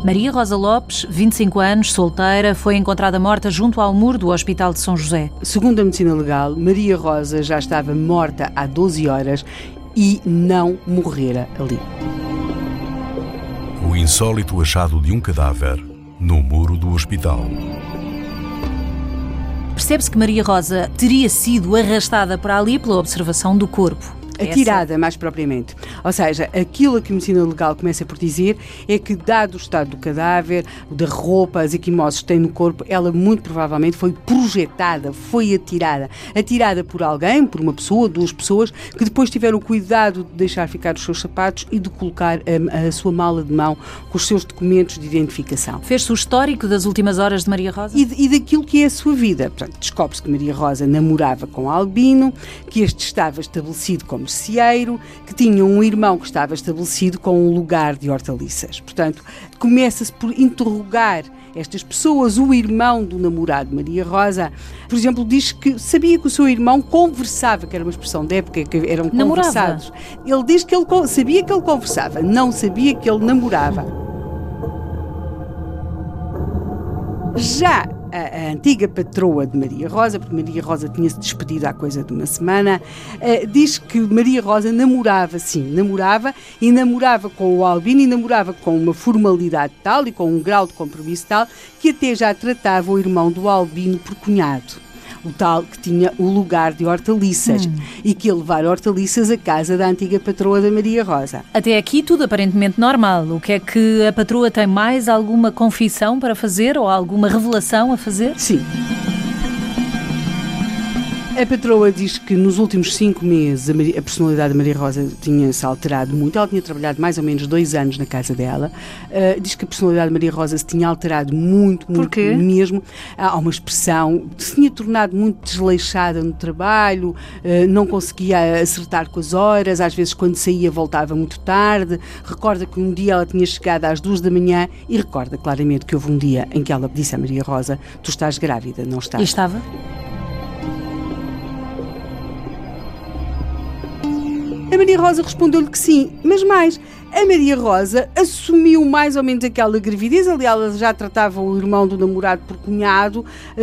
Maria Rosa Lopes, 25 anos, solteira, foi encontrada morta junto ao muro do Hospital de São José. Segundo a medicina legal, Maria Rosa já estava morta há 12 horas e não morrera ali. O insólito achado de um cadáver no muro do hospital. Percebe-se que Maria Rosa teria sido arrastada para ali pela observação do corpo. Atirada, mais propriamente. Ou seja, aquilo que a medicina legal começa por dizer é que, dado o estado do cadáver, da roupa, as equimoses que tem no corpo, ela muito provavelmente foi projetada, foi atirada. Atirada por alguém, por uma pessoa, duas pessoas, que depois tiveram o cuidado de deixar ficar os seus sapatos e de colocar a sua mala de mão com os seus documentos de identificação. Fez-se o histórico das últimas horas de Maria Rosa? E daquilo que é a sua vida. Portanto, descobre-se que Maria Rosa namorava com Albino, que este estava estabelecido como merceeiro, que tinha um irmão que estava estabelecido com um lugar de hortaliças. Portanto, começa-se por interrogar estas pessoas. O irmão do namorado de Maria Rosa, por exemplo, diz que sabia que o seu irmão conversava, que era uma expressão da época, que eram conversados. Ele diz que ele sabia que ele conversava, não sabia que ele namorava. Já a antiga patroa de Maria Rosa, porque Maria Rosa tinha-se despedido há coisa de uma semana, diz que Maria Rosa namorava com o Albino, e namorava com uma formalidade tal e com um grau de compromisso tal que até já tratava o irmão do Albino por cunhado. O tal que tinha o lugar de hortaliças e que ia levar hortaliças à casa da antiga patroa da Maria Rosa. Até aqui tudo aparentemente normal. O que é que a patroa tem mais alguma confissão para fazer ou alguma revelação a fazer? Sim. A patroa diz que nos últimos 5 meses a personalidade da Maria Rosa tinha-se alterado muito. Ela tinha trabalhado mais ou menos 2 anos na casa dela. Diz que a personalidade da Maria Rosa se tinha alterado muito mesmo. Há uma expressão, se tinha tornado muito desleixada no trabalho, não conseguia acertar com as horas, às vezes quando saía voltava muito tarde. Recorda que um dia ela tinha chegado às 2 da manhã e recorda claramente que houve um dia em que ela disse à Maria Rosa: tu estás grávida, não estás? E estava? A Maria Rosa respondeu-lhe que sim, mas mais, a Maria Rosa assumiu mais ou menos aquela gravidez. Aliás, ela já tratava o irmão do namorado por cunhado,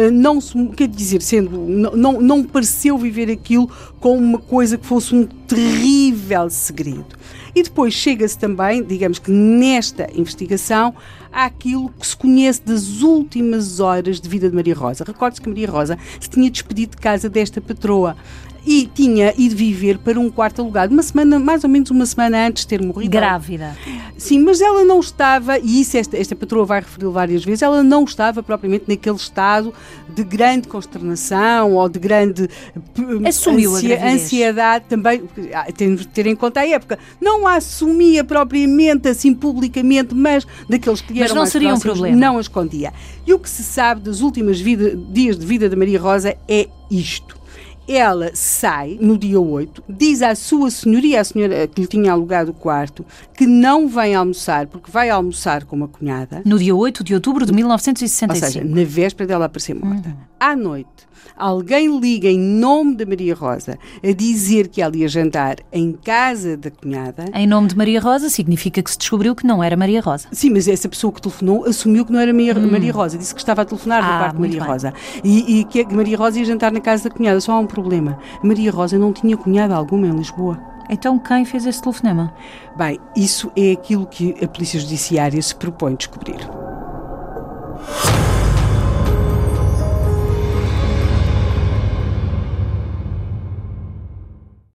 não pareceu viver aquilo como uma coisa que fosse um terrível segredo. E depois chega-se também, digamos que nesta investigação, àquilo que se conhece das últimas horas de vida de Maria Rosa. Recorde-se que Maria Rosa se tinha despedido de casa desta patroa e tinha ido viver para um quarto alugado, mais ou menos uma semana antes de ter morrido. Grávida. Sim, mas ela não estava, e isso esta patroa vai referi-lo várias vezes, ela não estava propriamente naquele estado de grande consternação ou de grande ansiedade também. Temos de ter em conta a época. Não a assumia propriamente assim publicamente, mas daqueles que eram mais seria próximos, um problema. Não a escondia. E o que se sabe dos últimos dias de vida da Maria Rosa é isto. Ela sai no dia 8, diz à sua senhoria, a senhora que lhe tinha alugado o quarto, que não vem almoçar, porque vai almoçar com uma cunhada. No dia 8 de outubro de 1965. Ou seja, na véspera dela aparecer morta. À noite, alguém liga em nome da Maria Rosa a dizer que ela ia jantar em casa da cunhada. Em nome de Maria Rosa significa que se descobriu que não era Maria Rosa. Sim, mas essa pessoa que telefonou assumiu que não era Maria Rosa. Disse que estava a telefonar do quarto de Maria Rosa. E que Maria Rosa ia jantar na casa da cunhada. Só há um problema. Maria Rosa não tinha cunhada alguma em Lisboa. Então quem fez esse telefonema? Bem, isso é aquilo que a Polícia Judiciária se propõe descobrir.